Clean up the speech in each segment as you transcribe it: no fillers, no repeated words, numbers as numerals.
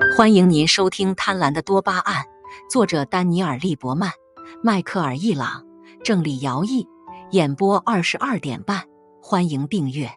欢迎您收听《贪婪的多巴胺》，作者丹尼尔·利伯曼、迈克尔·易朗，郑理尧译，演播22:30。欢迎订阅《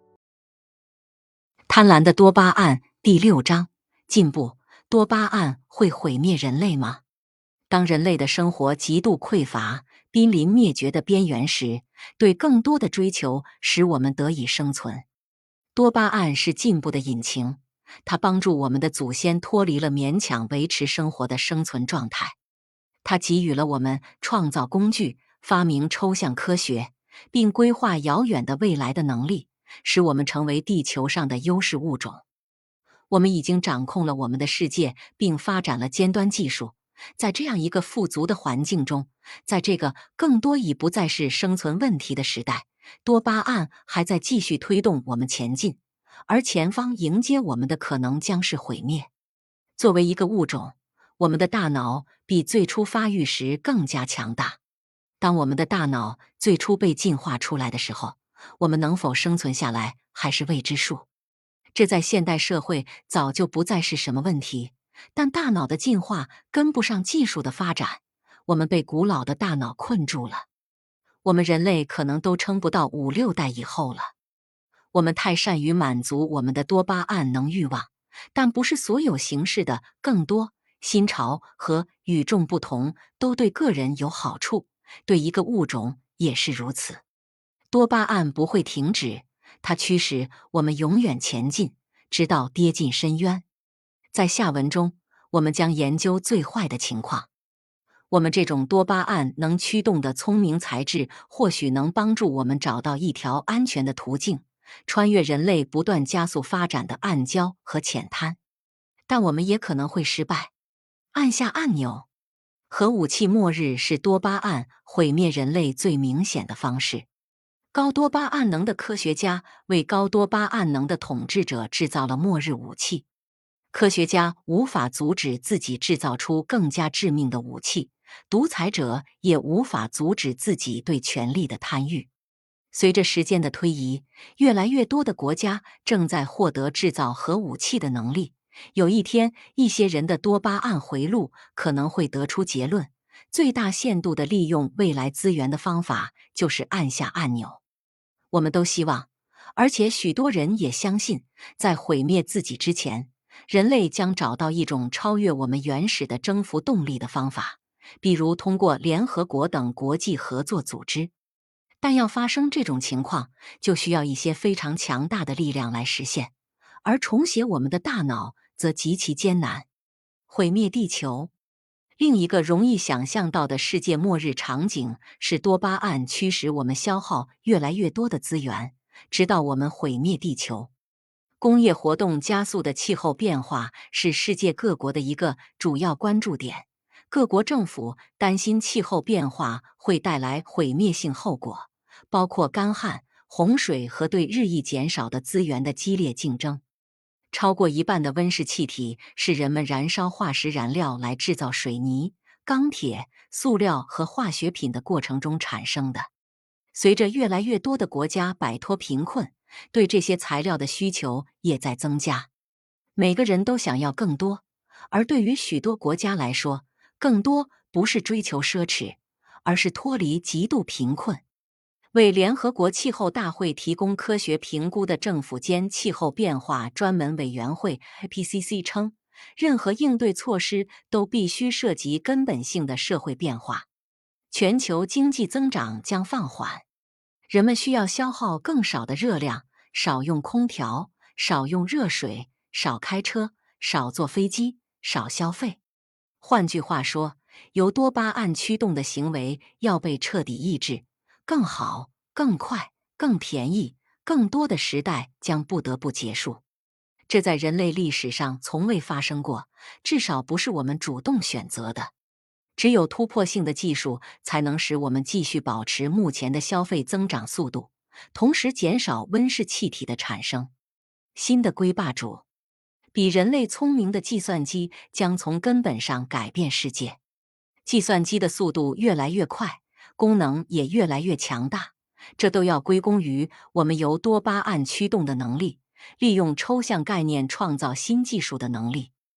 贪婪的多巴胺》第6章：进步。多巴胺会毁灭人类吗？当人类的生活极度匮乏、濒临灭绝的边缘时，对更多的追求使我们得以生存。多巴胺是进步的引擎。它帮助我们的祖先脱离了勉强维持生活的生存状态。它给予了我们创造工具、发明抽象科学，并规划遥远的未来的能力，使我们成为地球上的优势物种。我们已经掌控了我们的世界，并发展了尖端技术。在这样一个富足的环境中，在这个更多已不再是生存问题的时代，多巴胺还在继续推动我们前进。而前方迎接我们的可能将是毁灭。作为一个物种，我们的大脑比最初发育时更加强大。当我们的大脑最初被进化出来的时候，我们能否生存下来还是未知数。这在现代社会早就不再是什么问题，但大脑的进化跟不上技术的发展，我们被古老的大脑困住了。我们人类可能都撑不到5、6代以后了。我们太善于满足我们的多巴胺能欲望，但不是所有形式的更多、新潮和与众不同都对个人有好处，对一个物种也是如此。多巴胺不会停止，它驱使我们永远前进，直到跌进深渊。在下文中，我们将研究最坏的情况。我们这种多巴胺能驱动的聪明材质，或许能帮助我们找到一条安全的途径，穿越人类不断加速发展的暗礁和浅滩。但我们也可能会失败。按下按钮。核武器末日是多巴胺毁灭人类最明显的方式。高多巴胺能的科学家为高多巴胺能的统治者制造了末日武器。科学家无法阻止自己制造出更加致命的武器，独裁者也无法阻止自己对权力的贪欲。随着时间的推移，越来越多的国家正在获得制造核武器的能力。有一天，一些人的多巴胺回路可能会得出结论：最大限度地利用未来资源的方法就是按下按钮。我们都希望，而且许多人也相信，在毁灭自己之前，人类将找到一种超越我们原始的征服动力的方法，比如通过联合国等国际合作组织。但要发生这种情况，就需要一些非常强大的力量来实现，而重写我们的大脑则极其艰难。毁灭地球。另一个容易想象到的世界末日场景是多巴胺驱使我们消耗越来越多的资源，直到我们毁灭地球。工业活动加速的气候变化是世界各国的一个主要关注点。各国政府担心气候变化会带来毁灭性后果，包括干旱、洪水和对日益减少的资源的激烈竞争。超过一半的温室气体是人们燃烧化石燃料来制造水泥、钢铁、塑料和化学品的过程中产生的。随着越来越多的国家摆脱贫困，对这些材料的需求也在增加。每个人都想要更多，而对于许多国家来说，更多不是追求奢侈，而是脱离极度贫困。为联合国气候大会提供科学评估的政府间气候变化专门委员会 IPCC 称，任何应对措施都必须涉及根本性的社会变化。全球经济增长将放缓，人们需要消耗更少的热量，少用空调，少用热水，少开车，少坐飞机，少消费。换句话说，由多巴胺驱动的行为要被彻底抑制。更好、更快、更便宜、更多的时代将不得不结束。这在人类历史上从未发生过，至少不是我们主动选择的。只有突破性的技术才能使我们继续保持目前的消费增长速度，同时减少温室气体的产生。新的规霸主。比人类聪明的计算机将从根本上改变世界。计算机的速度越来越快，功能也越来越强大，这都要归功于我们由多巴胺驱动的能力，利用抽象概念创造新技术的能力。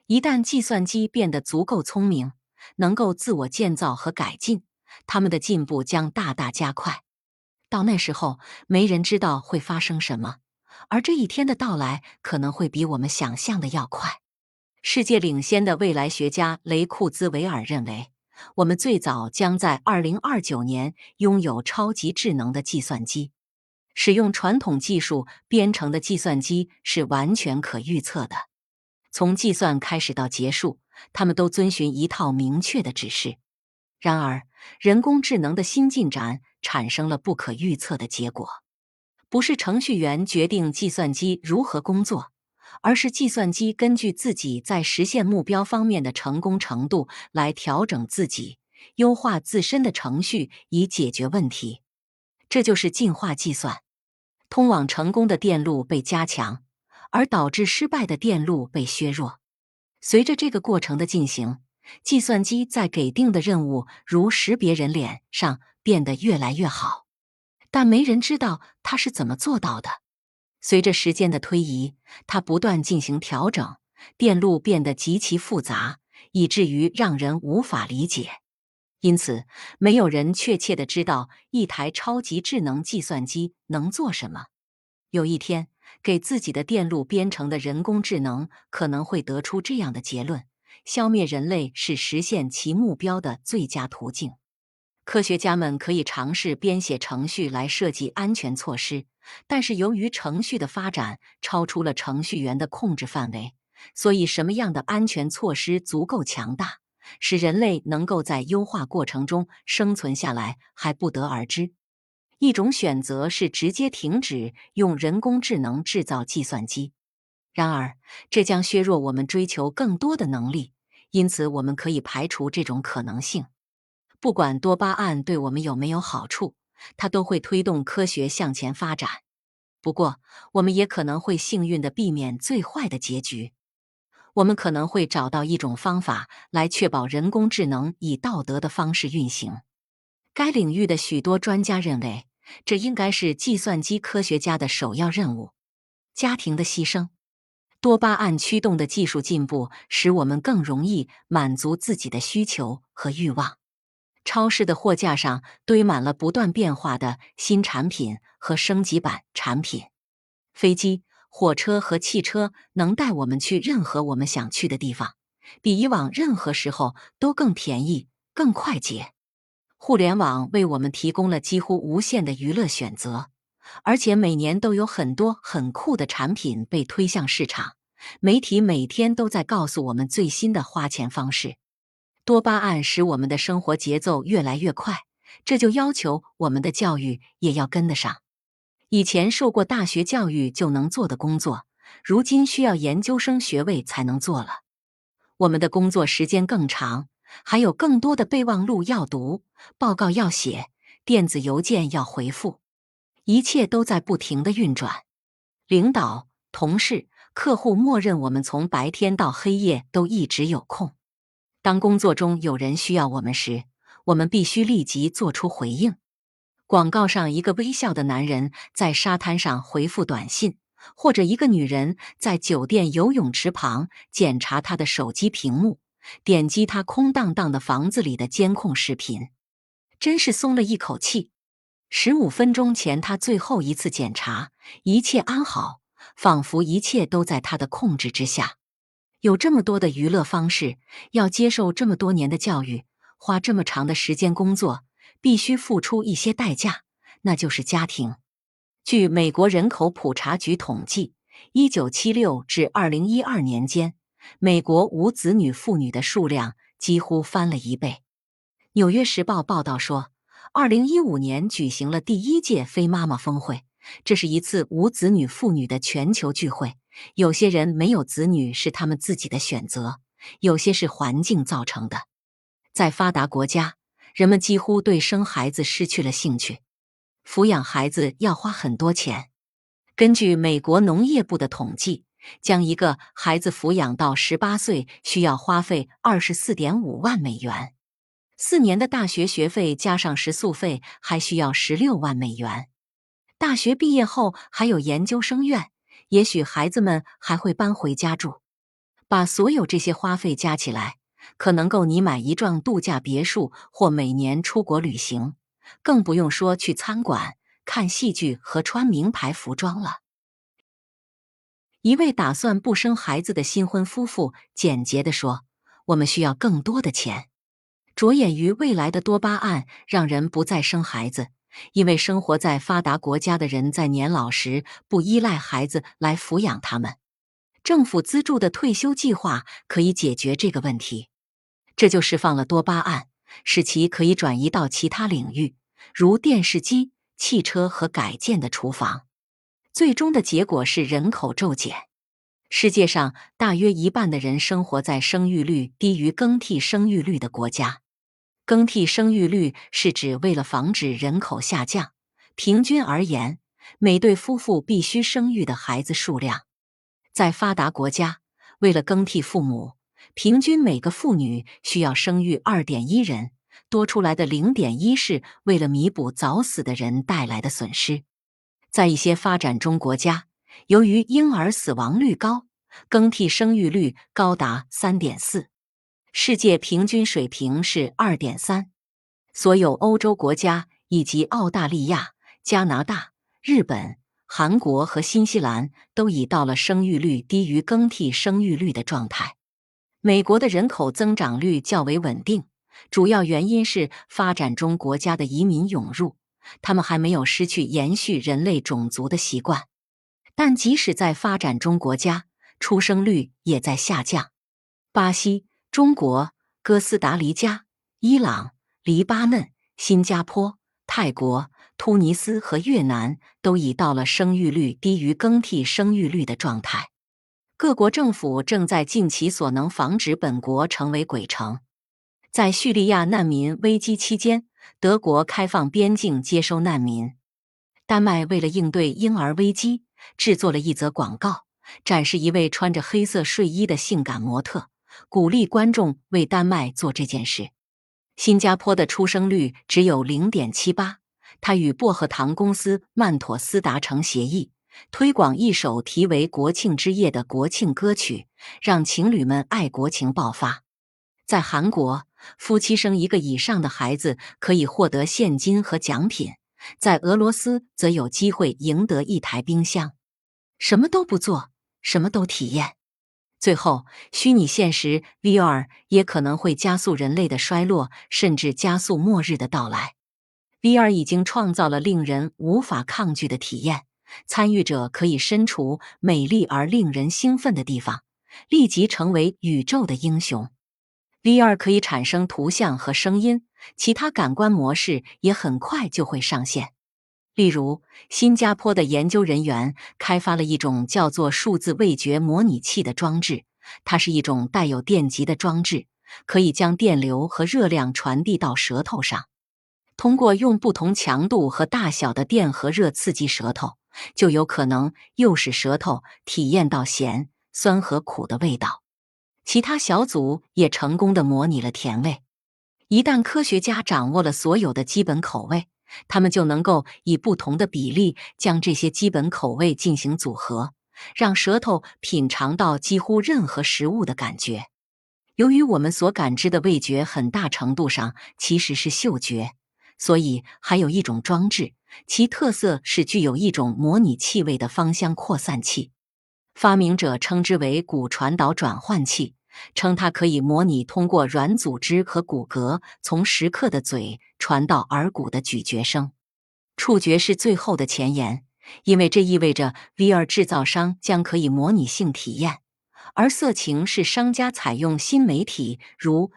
一旦计算机变得足够聪明，能够自我建造和改进，它们的进步将大大加快。到那时候，没人知道会发生什么，而这一天的到来可能会比我们想象的要快。世界领先的未来学家雷库兹韦尔认为，我们最早将在2029年拥有超级智能的计算机。使用传统技术编程的计算机是完全可预测的，从计算开始到结束，它们都遵循一套明确的指示。然而，人工智能的新进展产生了不可预测的结果。不是程序员决定计算机如何工作，而是计算机根据自己在实现目标方面的成功程度来调整自己，优化自身的程序以解决问题。这就是进化计算。通往成功的电路被加强，而导致失败的电路被削弱。随着这个过程的进行，计算机在给定的任务，如识别人脸上变得越来越好。但没人知道它是怎么做到的。随着时间的推移，它不断进行调整，电路变得极其复杂，以至于让人无法理解。因此，没有人确切地知道一台超级智能计算机能做什么。有一天，给自己的电路编程的人工智能可能会得出这样的结论：消灭人类是实现其目标的最佳途径。科学家们可以尝试编写程序来设计安全措施，但是由于程序的发展超出了程序员的控制范围，所以什么样的安全措施足够强大，使人类能够在优化过程中生存下来，还不得而知。一种选择是直接停止用人工智能制造计算机，然而这将削弱我们追求更多的能力，因此我们可以排除这种可能性。不管多巴胺对我们有没有好处，它都会推动科学向前发展。不过，我们也可能会幸运地避免最坏的结局。我们可能会找到一种方法来确保人工智能以道德的方式运行。该领域的许多专家认为，这应该是计算机科学家的首要任务。家庭的牺牲，多巴胺驱动的技术进步使我们更容易满足自己的需求和欲望。超市的货架上堆满了不断变化的新产品和升级版产品。飞机、火车和汽车能带我们去任何我们想去的地方，比以往任何时候都更便宜、更快捷。互联网为我们提供了几乎无限的娱乐选择，而且每年都有很多很酷的产品被推向市场。媒体每天都在告诉我们最新的花钱方式。多巴胺使我们的生活节奏越来越快，这就要求我们的教育也要跟得上。以前受过大学教育就能做的工作，如今需要研究生学位才能做了。我们的工作时间更长，还有更多的备忘录要读，报告要写，电子邮件要回复，一切都在不停地运转。领导、同事、客户默认我们从白天到黑夜都一直有空。当工作中有人需要我们时，我们必须立即做出回应。广告上一个微笑的男人在沙滩上回复短信，或者一个女人在酒店游泳池旁检查她的手机屏幕，点击她空荡荡的房子里的监控视频，真是松了一口气。15分钟前她最后一次检查，一切安好，仿佛一切都在她的控制之下。有这么多的娱乐方式，要接受这么多年的教育，花这么长的时间工作，必须付出一些代价，那就是家庭。据美国人口普查局统计，1976至2012年间，美国无子女妇女的数量几乎翻了1倍。纽约时报报道说，2015年举行了第1届非妈妈峰会，这是一次无子女妇女的全球聚会。有些人没有子女是他们自己的选择，有些是环境造成的。在发达国家，人们几乎对生孩子失去了兴趣。抚养孩子要花很多钱。根据美国农业部的统计，将一个孩子抚养到18岁需要花费24.5万美元。4年的大学学费加上食宿费还需要16万美元。大学毕业后还有研究生院，也许孩子们还会搬回家住。 把所有这些花费加起来，可能够你买一幢度假别墅或每年出国旅行，更不用说去餐馆、看戏剧和穿名牌服装了。一位打算不生孩子的新婚夫妇简洁地说：“我们需要更多的钱。”着眼于未来的多巴胺让人不再生孩子，因为生活在发达国家的人在年老时不依赖孩子来抚养他们。政府资助的退休计划可以解决这个问题，这就释放了多巴胺，使其可以转移到其他领域，如电视机、汽车和改建的厨房。最终的结果是人口骤减。世界上大约一半的人生活在生育率低于更替生育率的国家。更替生育率是指为了防止人口下降，平均而言，每对夫妇必须生育的孩子数量。在发达国家，为了更替父母，平均每个妇女需要生育 2.1 人，多出来的 0.1是为了弥补早死的人带来的损失。在一些发展中国家，由于婴儿死亡率高，更替生育率高达 3.4， 世界平均水平是 2.3。所有欧洲国家以及澳大利亚、加拿大、日本、韩国和新西兰都已到了生育率低于更替生育率的状态。美国的人口增长率较为稳定，主要原因是发展中国家的移民涌入，他们还没有失去延续人类种族的习惯。但即使在发展中国家，出生率也在下降。巴西、中国、哥斯达黎加、伊朗、黎巴嫩、新加坡、泰国、突尼斯和越南都已到了生育率低于更替生育率的状态。各国政府正在尽其所能防止本国成为鬼城。在叙利亚难民危机期间，德国开放边境接收难民。丹麦为了应对婴儿危机，制作了一则广告，展示一位穿着黑色睡衣的性感模特，鼓励观众为丹麦做这件事。新加坡的出生率只有 0.78， 它与薄荷糖公司曼妥思达成协议，推广一首题为《国庆之夜》的国庆歌曲，让情侣们爱国情爆发。在韩国，夫妻生一个以上的孩子可以获得现金和奖品，在俄罗斯则有机会赢得一台冰箱。什么都不做，什么都体验。最后，虚拟现实 VR 也可能会加速人类的衰落，甚至加速末日的到来。VR 已经创造了令人无法抗拒的体验，参与者可以身处美丽而令人兴奋的地方，立即成为宇宙的英雄。VR 可以产生图像和声音，其他感官模式也很快就会上线。例如，新加坡的研究人员开发了一种叫做数字味觉模拟器的装置，它是一种带有电极的装置，可以将电流和热量传递到舌头上。通过用不同强度和大小的电和热刺激舌头，就有可能诱使舌头体验到咸、酸和苦的味道。其他小组也成功地模拟了甜味。一旦科学家掌握了所有的基本口味，他们就能够以不同的比例将这些基本口味进行组合，让舌头品尝到几乎任何食物的感觉。由于我们所感知的味觉很大程度上其实是嗅觉，所以还有一种装置，其特色是具有一种模拟气味的芳香扩散器。发明者称之为骨传导转换器，称它可以模拟通过软组织和骨骼从食客的嘴传到耳骨的咀嚼声。触觉是最后的前沿，因为这意味着 VR 制造商将可以模拟性体验，而色情是商家采用新媒体如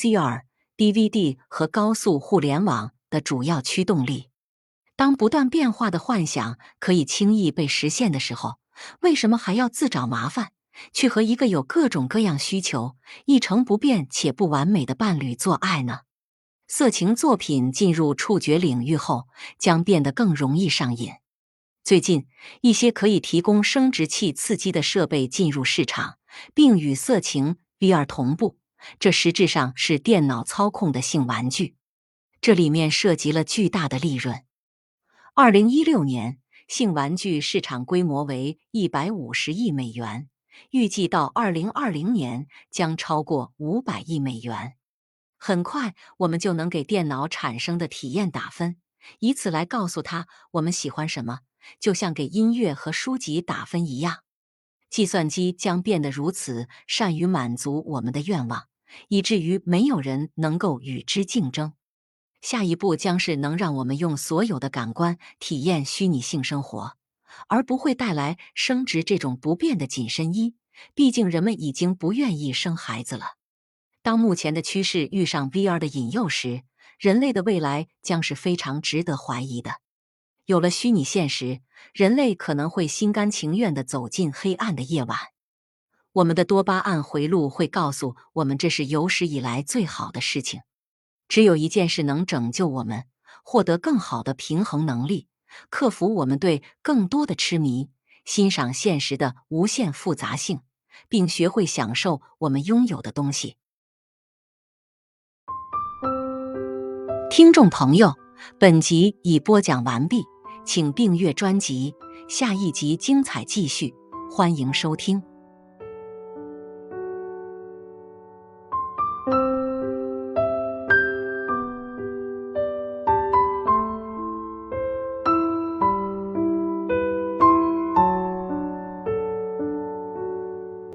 VCR、DVD 和高速互联网的主要驱动力。当不断变化的幻想可以轻易被实现的时候，为什么还要自找麻烦，去和一个有各种各样需求、一成不变且不完美的伴侣做爱呢？色情作品进入触觉领域后，将变得更容易上瘾。最近，一些可以提供生殖器刺激的设备进入市场，并与色情 VR 同步，这实质上是电脑操控的性玩具。这里面涉及了巨大的利润。2016年，性玩具市场规模为150亿美元， 预计到2020年将超过500亿美元。很快，我们就能给电脑产生的体验打分，以此来告诉它我们喜欢什么，就像给音乐和书籍打分一样。计算机将变得如此善于满足我们的愿望，以至于没有人能够与之竞争。下一步将是能让我们用所有的感官体验虚拟性生活，而不会带来生殖这种不变的紧身衣。毕竟人们已经不愿意生孩子了。当目前的趋势遇上 VR 的引诱时，人类的未来将是非常值得怀疑的。有了虚拟现实，人类可能会心甘情愿地走进黑暗的夜晚。我们的多巴胺回路会告诉我们这是有史以来最好的事情。只有一件事能拯救我们，获得更好的平衡能力，克服我们对更多的痴迷，欣赏现实的无限复杂性，并学会享受我们拥有的东西。听众朋友，本集已播讲完毕，请订阅专辑，下一集精彩继续，欢迎收听。